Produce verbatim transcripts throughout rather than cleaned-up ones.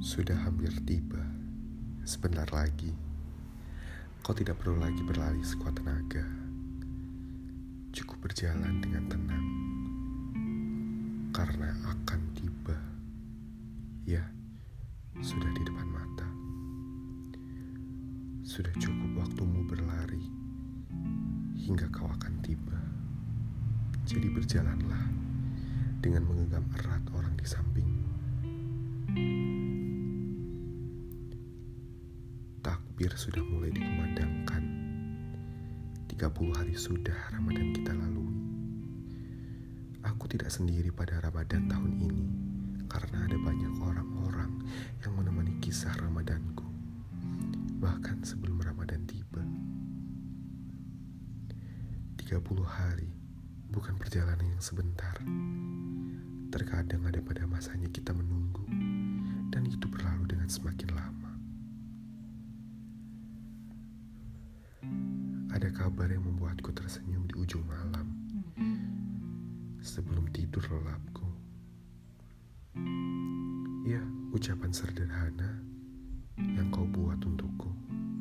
Sudah hampir tiba. Sebentar lagi, kau tidak perlu lagi berlari sekuat tenaga. Cukup berjalan dengan tenang, karena akan tiba. Ya, sudah di depan mata. Sudah cukup waktumu berlari, hingga kau akan tiba. Jadi berjalanlah, dengan menggenggam erat orang di sampingmu. Takbir sudah mulai dikumandangkan. tiga puluh hari sudah Ramadan kita lalui. Aku tidak sendiri pada Ramadan tahun ini, karena ada banyak orang-orang yang menemani kisah Ramadanku, bahkan sebelum Ramadan tiba. tiga puluh hari bukan perjalanan yang sebentar. Terkadang ada pada masanya kita menunggu, dan itu berlalu dengan semakin lama. Ada kabar yang membuatku tersenyum di ujung malam, sebelum tidur lelapku. Ya, ucapan sederhana yang kau buat untukku.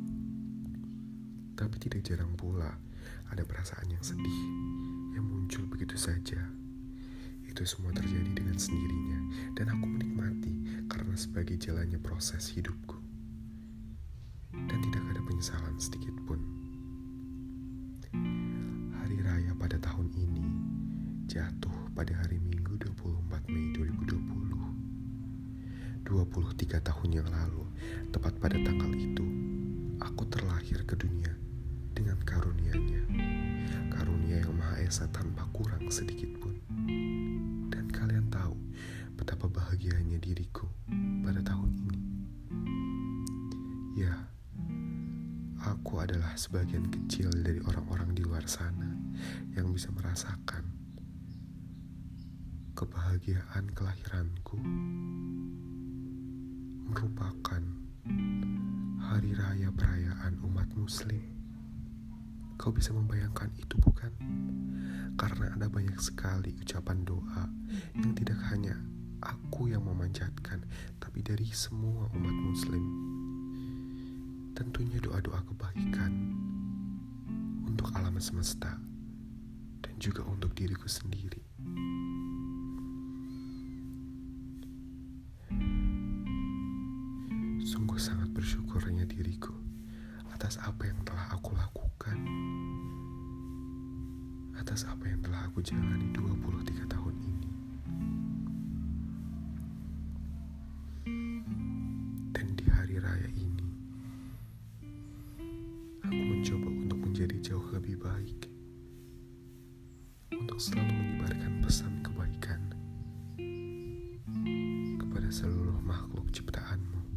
Tapi tidak jarang pula ada perasaan yang sedih yang muncul begitu saja. Itu semua terjadi dengan sendirinya, dan aku menikmati karena sebagai jalannya proses hidupku. Dan tidak ada penyesalan sedikit pun. Hari raya pada tahun ini jatuh pada hari Minggu dua puluh empat Mei dua ribu dua puluh. dua puluh tiga tahun yang lalu, tepat pada tanggal itu, aku terlahir ke dunia dengan karunia-Nya. Karunia yang Maha Esa tanpa kurang sedikit pun. Dan kalian tahu betapa bahagianya diriku pada tahun ini. Ya, aku adalah sebagian kecil dari orang-orang di luar sana yang bisa merasakan kebahagiaan kelahiranku merupakan hari raya perayaan umat muslim. Kau bisa membayangkan itu, bukan? Karena ada banyak sekali ucapan doa yang tidak hanya aku yang memanjatkan, tapi dari semua umat muslim. Tentunya doa-doa kebaikan untuk alam semesta dan juga untuk diriku sendiri. Sungguh sangat bersyukurnya diriku atas apa yang telah aku lakukan, atas apa yang telah aku jalani dua puluh tiga tahun ini. Dan di hari raya ini, aku mencoba untuk menjadi jauh lebih baik, untuk selalu menyebarkan pesan kebaikan kepada seluruh makhluk ciptaanmu.